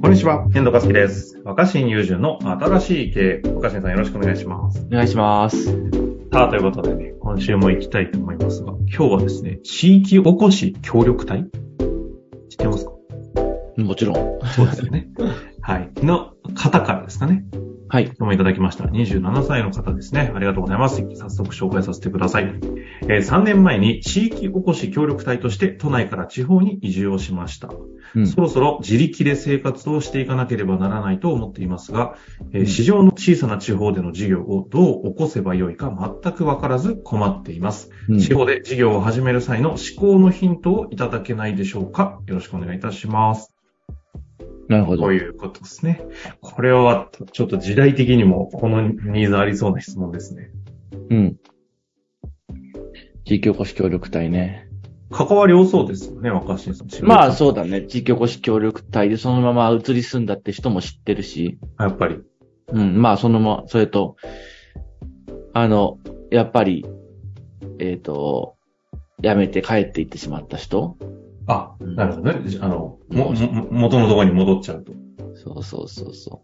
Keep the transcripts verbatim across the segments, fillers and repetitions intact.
こんにちは、遠藤和樹です。若新雄純の新しい経営。若新さんよろしくお願いします。 お願いします。 さあ、ということでね、今週も行きたいと思いますが、今日はですね、地域おこし協力隊知ってますか？ もちろん。 そうですよね。はい。の方からですかね。 はい。 今日もいただきました。にじゅうななさいの方ですね。ありがとうございます。早速紹介させてください。えー、さんねんまえに地域おこし協力隊として都内から地方に移住をしました。うん、そろそろ自力で生活をしていかなければならないと思っていますが、えー、市場の小さな地方での事業をどう起こせばよいか全くわからず困っています。うん、地方で事業を始める際の思考のヒントをいただけないでしょうか。よろしくお願いいたします。 なるほど。 こういうことですね。これはちょっと時代的にもこのニーズありそうな質問ですね。 うん。地域おこし協力隊ね。 関わり多そうですよね、若新さん。 まあそうだね。地域おこし協力隊でそのまま移り住んだって人も知ってるし。 やっぱり。 うん。まあそのまま、それと、あの、やっぱり、えっと、辞めて帰っていってしまった人。 あ、なるほどね。あの、も、も、元のところに戻っちゃうと。 そうそうそうそう。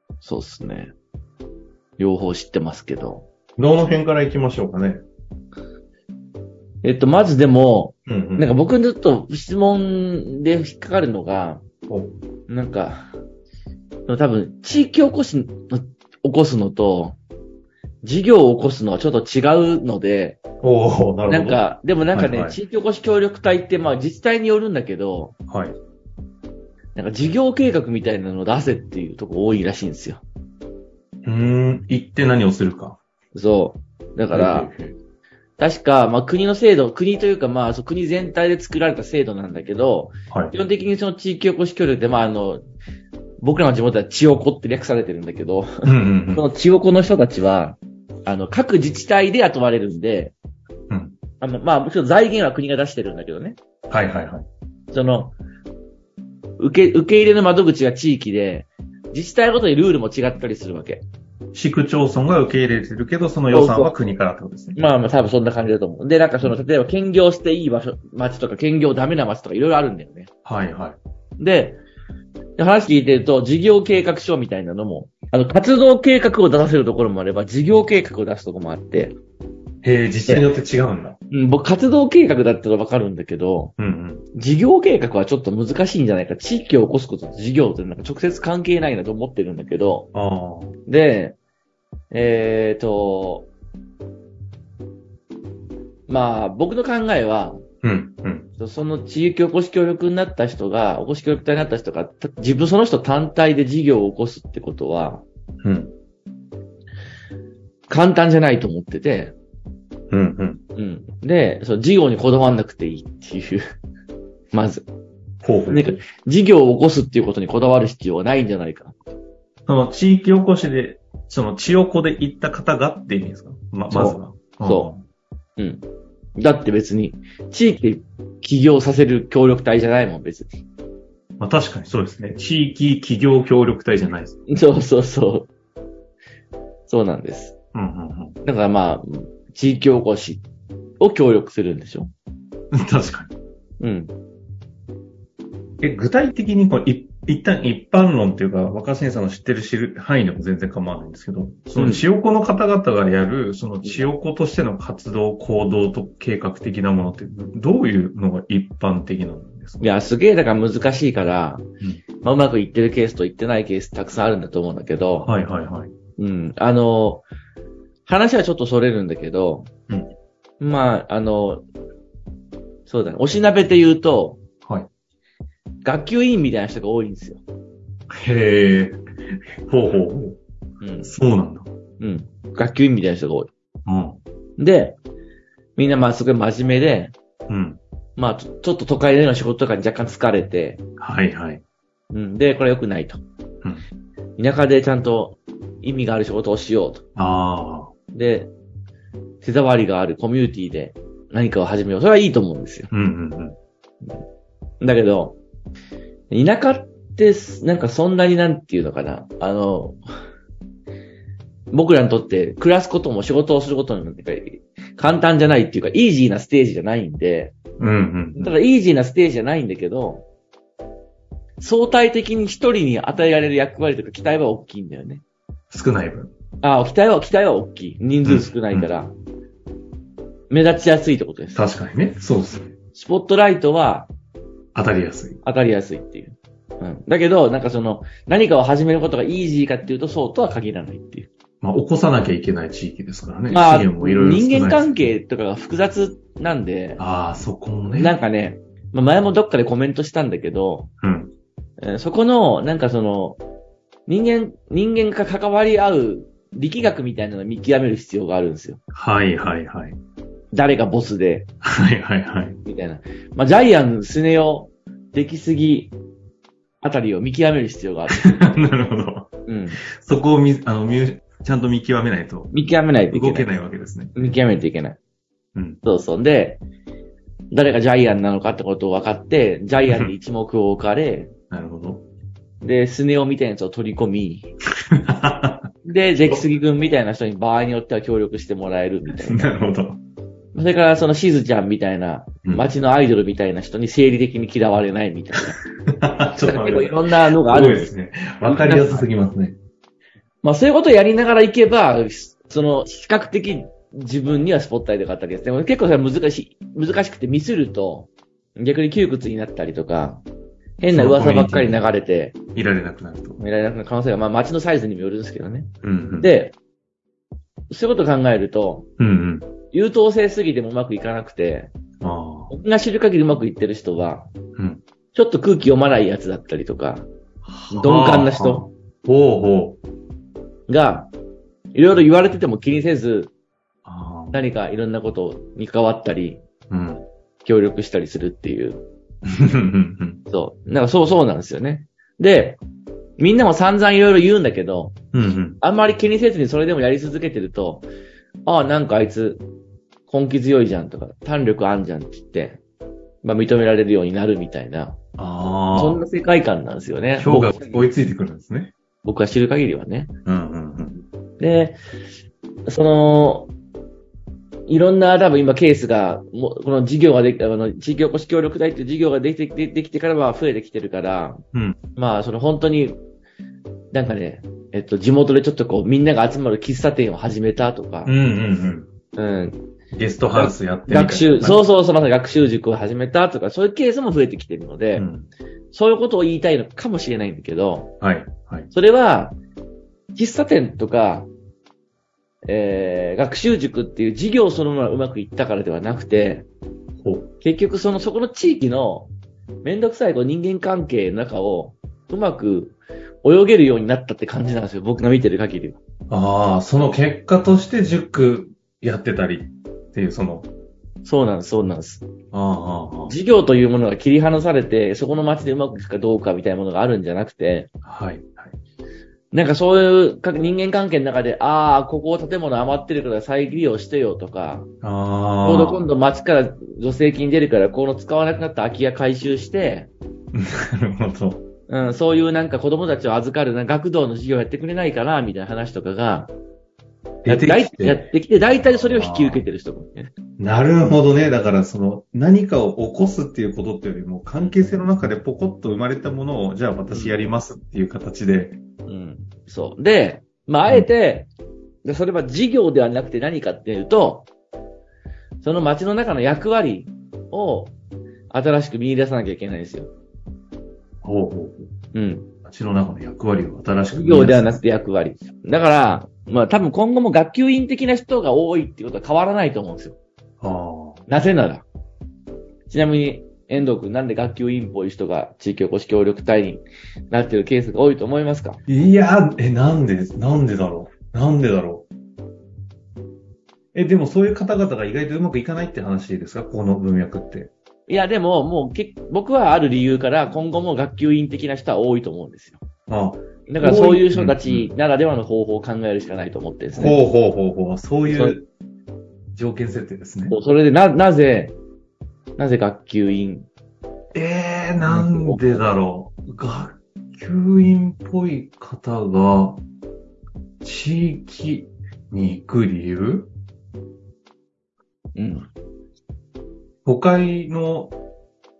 そうっすね。両方知ってますけど。 どの辺から行きましょうかね。 えっと、まずでも、 うんうん、 なんか僕ずっと質問で引っかかるのが、なんか、多分、地域おこし、起こすのと、事業を起こすのはちょっと違うので、 おー、なるほど。 なんか、でもなんかね、 はいはい、 地域おこし協力隊ってまあ自治体によるんだけど、 はい。 なんか事業計画みたいなのを出せっていうとこ多いらしいんですよ。 うーん、行って何をするか。 そう。だから、確か、まあ国の制度、国というかまあ国全体で作られた制度なんだけど、はい、基本的にその地域おこし協力ってまああの、僕らの地元は地おこって略されてるんだけど、 うんうんうん、 その地おこの人たちは、あの、各自治体で雇われるんで、 うん、 あの、まあ、もちろん財源は国が出してるんだけどね。 はいはいはい。 その、受け、受け入れの窓口が地域で、自治体ごとにルールも違ったりするわけ。 市区町村が受け入れてるけど、その予算は国からってことですね。 まあまあ多分そんな感じだと思う。で、なんかその、例えば兼業していい場所、町とか兼業ダメな町とかいろいろあるんだよね。 はいはい。 で、話聞いてると、事業計画書みたいなのも、あの、活動計画を出させるところもあれば、事業計画を出すところもあって、 へえ、自治体によって違うんだ。 うん、僕、活動計画だったらわかるんだけど、 うんうん、 事業計画はちょっと難しいんじゃないか。地域を起こすことと事業ってなんか直接関係ないなと思ってるんだけど、 あで、えーと、まあ、僕の考えは、 うんうん、 その地域おこし協力になった人が、おこし協力隊になった人が、自分その人単体で事業を起こすってことは、 うん、 簡単じゃないと思ってて、 うんうんうん、で、その事業にこだわんなくていいっていう、まず。 ほうほう。 なんか事業を起こすっていうことにこだわる必要はないんじゃないか。 その地域おこしで、その地おこで行った方がって意味ですか？ま、まずは。 そう。うん。だって別に、地域で起業させる協力隊じゃないもん、別に。 まあ確かにそうですね。地域企業協力隊じゃないです。 そうそうそう。そうなんです。 うんうんうん。 だからまあ、地域おこしを協力するんでしょ？ 確かに。 うん。 え、具体的にこうい一旦一般論っていうか、若新さんの知ってる知る範囲でも全然構わないんですけど、その地おこの方々がやる、その地おことしての活動、行動と計画的なものって、どういうのが一般的なんですか？ いや、すげえだから難しいから、うん、まあ、うまくいってるケースといってないケースたくさんあるんだと思うんだけど、 はいはいはい。 うん。あの、話はちょっとそれるんだけど、うん、まあ、あの、そうだね、おしなべて言うと、 はい。 学級委員みたいな人が多いんですよ。 へえ。ほうほうほう。うん。そうなんだ。 うん。学級委員みたいな人が多い。 うん。 で、みんなまあすごい真面目で、 うん。 まあちょ、ちょっと都会での仕事とかに若干疲れて、 はいはい。 うん。で、これ良くないと。うん。田舎でちゃんと意味がある仕事をしようと。 ああ。 で、手触りがあるコミュニティで何かを始めよう。それはいいと思うんですよ。 うんうんうん。だけど、田舎って、なんかそんなになんていうのかな。あの、僕らにとって暮らすことも仕事をすることも簡単じゃないっていうか、イージーなステージじゃないんで、 うんうんうん、 だからイージーなステージじゃないんだけど、 相対的に一人に与えられる役割とか期待は大きいんだよね。 少ない分。 ああ、期待は、期待は大きい。人数少ないから。うんうん、目立ちやすいってことです。 確かにね。そうですね。 スポットライトは、 当たりやすい。 当たりやすいっていう。うん。だけど、なんかその、何かを始めることがイージーかっていうと、そうとは限らないっていう。 まあ、起こさなきゃいけない地域ですからね。 まあ、もいろいろ人間関係とかが複雑なんで。 ああ、そこもね。 なんかね、まあ、前もどっかでコメントしたんだけど、 うん。 えー、そこの、なんかその、人間、人間が関わり合う力学みたいなのを見極める必要があるんですよ。 はいはいはい。 誰がボスで。 はいはいはい。 みたいな。まあ、ジャイアン、スネ夫、出来すぎ、あたりを見極める必要がある。 なるほど。 うん。 そこを見、あの、見、ちゃんと見極めないと。 見極めないといけない。 動けないわけですね。 見極めないといけない。 うん。 そうそう。で、誰がジャイアンなのかってことを分かって、ジャイアンに一目を置かれ、 なるほど。で、 スネ夫みたいなやつを取り込み、で、出来すぎ君みたいな人に場合によっては協力してもらえるみたいな。 なるほど。 それからそのしずちゃんみたいな、街のアイドルみたいな人に生理的に嫌われないみたいな。ちょっと結構いろんなのがあるんです。 すごいですね。わかりやすすぎますね。 まあそういうことをやりながらいけば、その比較的自分にはスポットライトがあったりです。でも結構それは難しい、難しくてミスると逆に窮屈になったりとか、変な噂ばっかり流れて、 見られなくなると。 見られなくなる可能性が、まあ街のサイズにもよるんですけどね。 うんうん、 で、そういうことを考えると、 うんうん、 優等生すぎてもうまくいかなくて、 あ僕が知る限りうまくいってる人は、 うん、 ちょっと空気読まないやつだったりとか、鈍感な人ほうほうが、いろいろ言われてても気にせず、 あ何かいろんなことに関わったり、 うん、 協力したりするっていう。そう。なんかそうそうなんですよね。で、みんなも散々いろいろ言うんだけど、 うんうん、 あんまり気にせずにそれでもやり続けてると、ああ、なんかあいつ根気強いじゃんとか、胆力あんじゃんって言って、まあ認められるようになるみたいな、 あそんな世界観なんですよね。 評価が追いついてくるんですね。 僕が知る限りはね。 うんうんうん、 で、その、いろんな多分今ケースが、もこの事業ができ、あの、地域おこし協力隊っていう事業ができて、でできてからは増えてきてるから、 うん、 まあその本当に、なんかね、えっと、地元でちょっとこう、みんなが集まる喫茶店を始めたとか、 うんうんうん。 うん。 ゲストハウスやってみたいな。 学習、そうそうそう、まさに学習塾を始めたとか、そういうケースも増えてきてるので、うん、そういうことを言いたいのかもしれないんだけど、 はい、はい。 それは、喫茶店とか、えー、学習塾っていう事業そのものがうまくいったからではなくて、結局その、そこの地域のめんどくさいこう人間関係の中をうまく泳げるようになったって感じなんですよ。僕が見てる限りは。 ああ、その結果として塾やってたりっていう、その。 そうなんです、そうなんです。 ああああ、 事業というものが切り離されて、そこの街でうまくいくかどうかみたいなものがあるんじゃなくて、 はい、はい。 なんかそういう人間関係の中で、ああ、ここ建物余ってるから再利用してよとか、 ああ。 今度今度町から助成金出るから、この使わなくなった空き家回収して、 なるほど。 うん、そういうなんか子供たちを預かるな学童の授業やってくれないかな、みたいな話とかが、やってきて、やってきて、大体それを引き受けてる人もね。 なるほどね。だからその何かを起こすっていうことっていうよりも、関係性の中でポコッと生まれたものを、じゃあ私やりますっていう形で。 うん。そう。で、まあ、あえて、うん、それは事業ではなくて何かっていうと、その街の中の役割を新しく見出さなきゃいけないんですよ。 ほうほう。 うん。 街の中の役割を新しく見出す。 事業ではなくて役割。だから、まあ多分今後も学級委員的な人が多いっていうことは変わらないと思うんですよ。 ああ。 なぜなら。ちなみに、遠藤くんなんで学級委員っぽい人が地域おこし協力隊になっているケースが多いと思いますか？ いや、え、なんで、なんでだろうなんでだろうえ、でもそういう方々が意外とうまくいかないって話ですか？この文脈って。 いや、でも、もうけ、僕はある理由から今後も学級委員的な人は多いと思うんですよ。 ああ。 だからそういう人たちならではの方法を考えるしかないと思ってるんですね。 ほうほうほうほう。そういう条件設定ですね。 それでな、なぜ、なぜ学級委員えー、なんでだろう。学級委員っぽい方が地域に行く理由？ うん。 都会の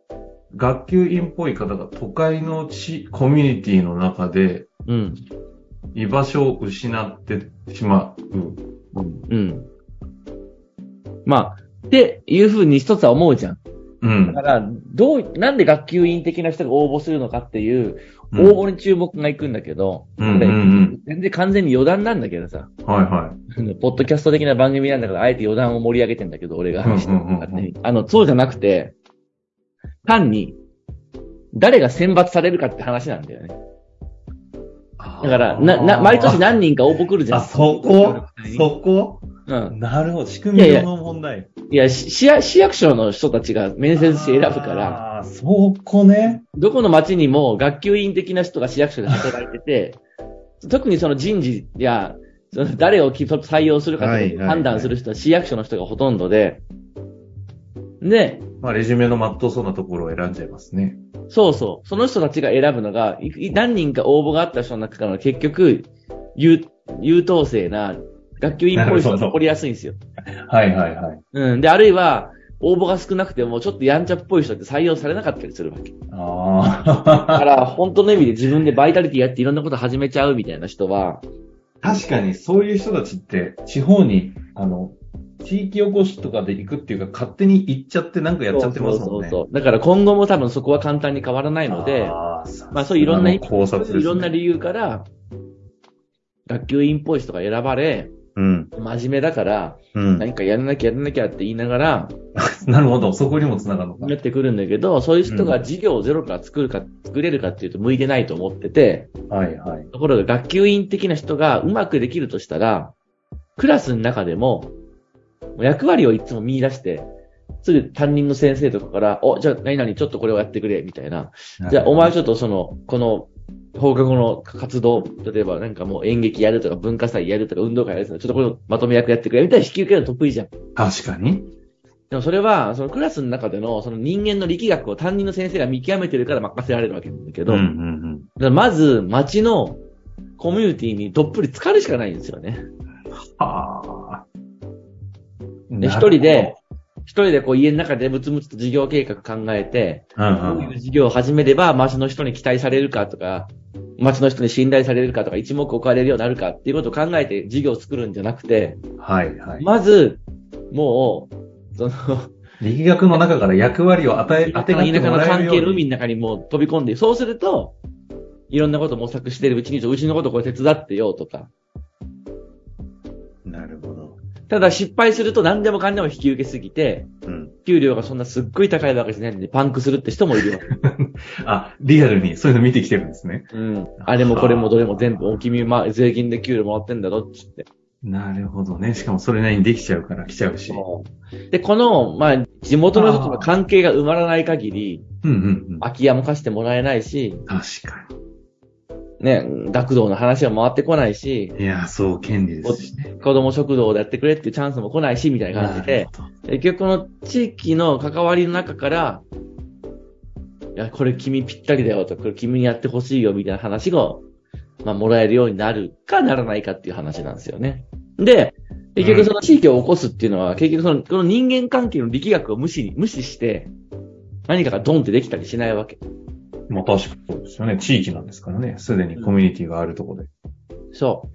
学級委員っぽい方が都会の地、コミュニティの中で、 うん。 居場所を失ってしまう。 うん。うん。まあ、っていうふうに一つは思うじゃん。うん。だから、どう、なんで学級委員的な人が応募するのかっていう、応募に注目がいくんだけど、うん、うんうんうん、全然完全に余談なんだけどさ。 はいはい。 ポッドキャスト的な番組なんだから、あえて余談を盛り上げてんだけど、俺が。うんうんうんうん、あの、そうじゃなくて、単に、誰が選抜されるかって話なんだよね。だから、な、な、毎年何人か応募来るじゃん。 あ、そこそこうん。なるほど。仕組み上の問題。 いやいや、市役、市役所の人たちが面接して選ぶから。 ああ、そこね。 どこの町にも学級委員的な人が市役所で働いてて、特にその人事や、その誰を採用するかという判断する人は市役所の人がほとんどで、で、 まあ、レジュメのまっとうそうなところを選んじゃいますね。 そうそう。その人たちが選ぶのが、何人か応募があった人の中から結局、優、優等生な、学級委員っぽい人が残りやすいんですよ。 はいはいはい。 うん。で、あるいは、応募が少なくても、ちょっとやんちゃっぽい人って採用されなかったりするわけ。 ああ。 だから、本当の意味で自分でバイタリティやっていろんなこと始めちゃうみたいな人は。 確かに、そういう人たちって、地方に、あの、地域おこしとかで行くっていうか、勝手に行っちゃってなんかやっちゃってますもんね。そうそうそう。 だから今後も多分そこは簡単に変わらないので、あまあそういういろんな、考察ですね、いろんな理由から、学級委員っぽい人が選ばれ、うん、真面目だから、うん、何かやらなきゃやらなきゃって言いながら、 なるほど、そこにも繋がるのか。 なってくるんだけど、そういう人が事業をゼロから作るか、作れるかっていうと向いてないと思ってて、 はいはい。 ところが学級委員的な人がうまくできるとしたら、クラスの中でも、役割をいつも見出して、すぐ担任の先生とかから、お、じゃあ何々ちょっとこれをやってくれ、みたいな。じゃあお前ちょっとその、この、放課後の活動、例えばなんかもう演劇やるとか文化祭やるとか運動会やるとか、ちょっとこのまとめ役やってくれ、みたいな引き受けるの得意じゃん。 確かに。 でもそれは、そのクラスの中でのその人間の力学を担任の先生が見極めてるから任せられるわけなんだけど、うんうんうん、だからまず街のコミュニティにどっぷり浸かるしかないんですよね。 はあ。 で、一人で、一人でこう家の中でムツムツと事業計画考えて、うんうん、どういう事業を始めれば街の人に期待されるかとか、街の人に信頼されるかとか、一目置かれるようになるかっていうことを考えて事業を作るんじゃなくて、 はいはい。 まず、もう、その、 力学の中から役割を与え、当てがってもらえるように。田舎の関係の海の中にもう飛び込んで、そうすると、いろんなことを模索してるうちに、うちのことこれ手伝ってよとか。 なるほど。 ただ失敗すると何でもかんでも引き受けすぎて、うん、給料がそんなすっごい高いわけじゃないんでパンクするって人もいるわけ。 あ、リアルにそういうの見てきてるんですね。 うん。あれもこれもどれも全部、お君ま、税金で給料もらってんだろって言って。 なるほどね。しかもそれなりにできちゃうから来ちゃうし。 で、この、まあ、地元の人との関係が埋まらない限り、 うんうんうん、 空き家も貸してもらえないし、 確かに。 ね、学童の話は回ってこないし、 いや、そう、権利ですしね。 子供食堂でやってくれっていうチャンスも来ないし、みたいな感じで、結局この地域の関わりの中から、いや、これ君ぴったりだよとか、これ君にやってほしいよみたいな話が、まあ、もらえるようになるかならないかっていう話なんですよね。で、結局その地域を起こすっていうのは、うん、結局その、この人間関係の力学を無視に、無視して、何かがドンってできたりしないわけ。 まあ確かにそうですよね。地域なんですからね。すでにコミュニティがあるところで、 うん。そう。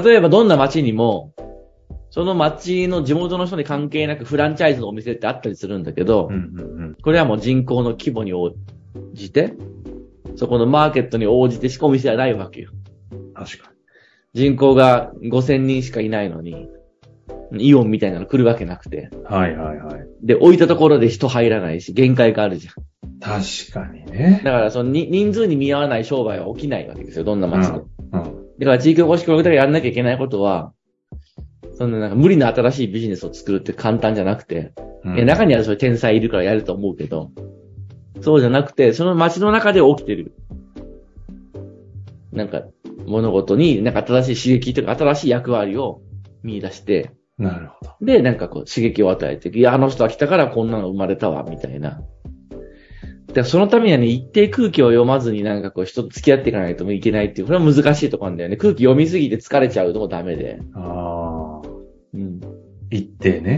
例えばどんな街にも、その街の地元の人に関係なくフランチャイズのお店ってあったりするんだけど、うんうんうん、これはもう人口の規模に応じて、そこのマーケットに応じてしかお店はないわけよ。 確かに。 人口がごせんにんしかいないのに、イオンみたいなの来るわけなくて。 はいはいはい。 で、置いたところで人入らないし、限界があるじゃん。 確かにね。 だからそのに人数に見合わない商売は起きないわけですよ、どんな街で。うんうん、だから地域おこし協力隊がやらなきゃいけないことは、そんななんか無理な新しいビジネスを作るって簡単じゃなくて、うん、いや中にはそういう天才いるからやると思うけど、そうじゃなくて、その街の中で起きてる。なんか物事になんか新しい刺激とか新しい役割を見出して、 なるほど。 で、なんかこう刺激を与えて、いや、あの人は来たからこんなの生まれたわ、みたいな。で、そのためにはね、一定空気を読まずになんかこう人と付き合っていかないといけないっていう、これは難しいところなんだよね。空気読みすぎて疲れちゃうのもダメで。 ああ。うん。一定ね。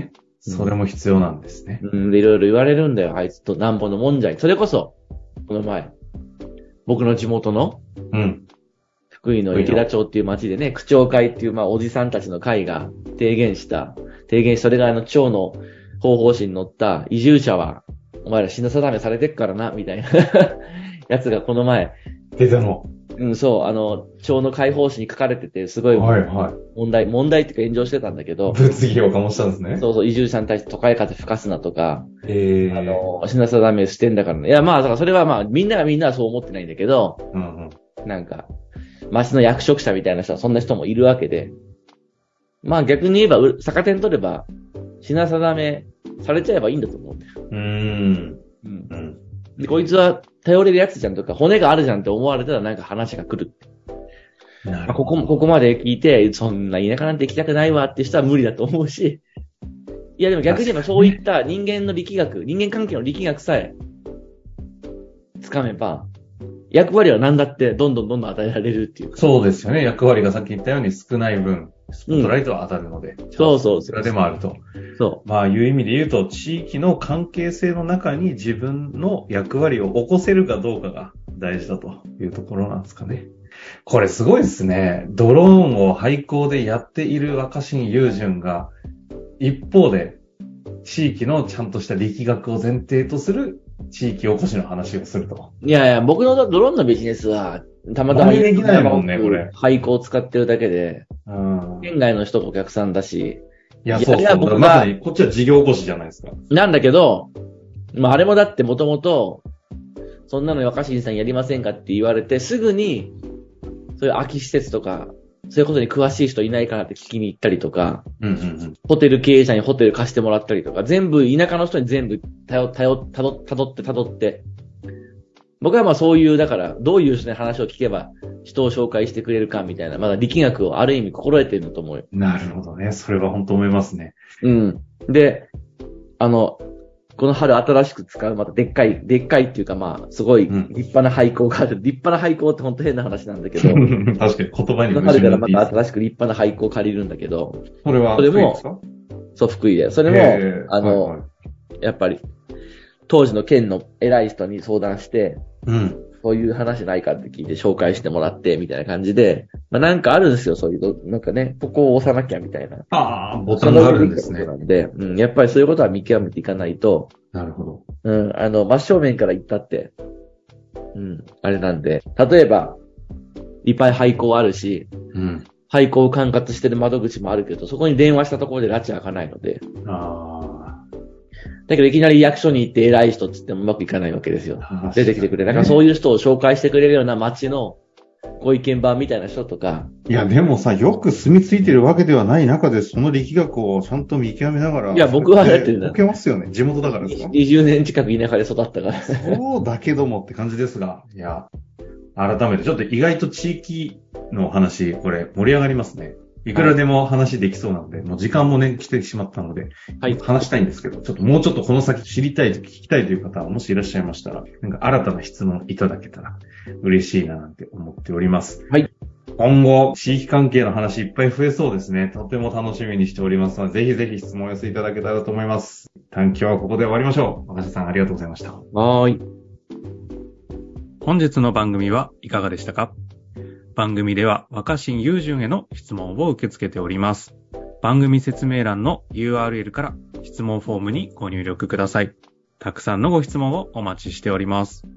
それも必要なんですね。 うん、で、いろいろ言われるんだよ。あいつとなんぼのもんじゃい。それこそ、この前、僕の地元の、 うん。 福井の池田町っていう町でね、区長会っていう、まあ、おじさんたちの会が提言した、提言し、それがあの、町の広報誌に載った移住者は、お前ら死な定めされてっからな、みたいなやつがこの前。 出たの。 うん、そう、あの、町の会報誌に書かれてて、すごい問題、はいはい、問題、問題っていうか炎上してたんだけど。 物議を醸したんですね。 そうそう、移住者に対して都会風吹かすなとか、 へー、 あの、死な定めしてんだからね。いや、まあ、だからそれはまあ、みんながみんなはそう思ってないんだけど、うんうん、なんか、町の役職者みたいな人はそんな人もいるわけで、まあ逆に言えば、逆手に取れば、死な定めされちゃえばいいんだと思うんだよ。うーん。うん。うん。で、こいつは頼れるやつじゃんとか、骨があるじゃんって思われたらなんか話が来る。なるほど。ここ、ここまで聞いて、そんな田舎なんて行きたくないわって人は無理だと思うし、いやでも逆に言えばそういった人間の力学、人間関係の力学さえ、つかめば、役割は何だってどんどんどんどん与えられるっていうか。 そうですよね。役割がさっき言ったように少ない分、スポットライトは当たるので。うん、 そうそうそう。 それでもあると。そう。まあいう意味で言うと、地域の関係性の中に自分の役割を起こせるかどうかが大事だというところなんですかね。これすごいですね。ドローンを廃校でやっている若新雄純が、一方で地域のちゃんとした力学を前提とする地域おこしの話をすると。 いやいや、僕のドローンのビジネスは、たまたまできないもんね、これ。 廃校を使ってるだけで、うん、県外の人がお客さんだし、 いや、そうそう。僕まさに、こっちは事業おこしじゃないですか。 なんだけど、まあ、あれもだってもともと、そんなの若新さんやりませんかって言われて、すぐに、そういう空き施設とか、そういうことに詳しい人いないかなって聞きに行ったりとか、うんうんうん、ホテル経営者にホテル貸してもらったりとか、全部、田舎の人に全部頼、頼、たど、たどってたどって、僕はまあそういう、だから、どういう人に話を聞けば、人を紹介してくれるかみたいな、まだ力学をある意味心得てると思うよ。 なるほどね。それは本当思いますね。 うん。で、あの、この春新しく使う、またでっかい、でっかいっていうかまあ、すごい立派な廃校がある。うん、立派な廃校って本当変な話なんだけど。 確かに言葉にこの春からまた新しく立派な廃校を借りるんだけど。 それは、それも、 そう、福井で。それも、あの、はいはい、やっぱり、当時の県の偉い人に相談して、うん。そういう話ないかって聞いて紹介してもらって、みたいな感じで、まあなんかあるんですよ、そういうの。なんかね、ここを押さなきゃみたいな。 ああ、ボタンがあるんですね。 なんで、うん、やっぱりそういうことは見極めていかないと。 なるほど。 うん、あの、真正面から言ったって、うん、あれなんで、例えば、いっぱい廃校あるし、うん。廃校を管轄してる窓口もあるけど、そこに電話したところで拉致開かないので。ああ。だけどいきなり役所に行って偉い人って言ってもうまくいかないわけですよ。出てきてくれ。だからそういう人を紹介してくれるような町のご意見番みたいな人とか。 いや、でもさ、よく住み着いてるわけではない中で、その力学をちゃんと見極めながら。 いや、僕はだってね。 解けますよね。地元だからですか？ にじゅうねん近く田舎で育ったから。 そうだけどもって感じですが。いや、改めてちょっと意外と地域の話、これ盛り上がりますね。いくらでも話できそうなので、はい、もう時間もね、来てしまったので、はい、話したいんですけど、ちょっともうちょっとこの先知りたいと聞きたいという方は、もしいらっしゃいましたら、なんか新たな質問いただけたら嬉しいななんて思っております。はい。今後、地域関係の話いっぱい増えそうですね。とても楽しみにしておりますので、ぜひぜひ質問を寄せいただけたらと思います。一旦今日はここで終わりましょう。若狭さんありがとうございました。 はーい。 本日の番組はいかがでしたか？番組では若新雄純への質問を受け付けております。番組説明欄の ユーアールエル から質問フォームにご入力ください。たくさんのご質問をお待ちしております。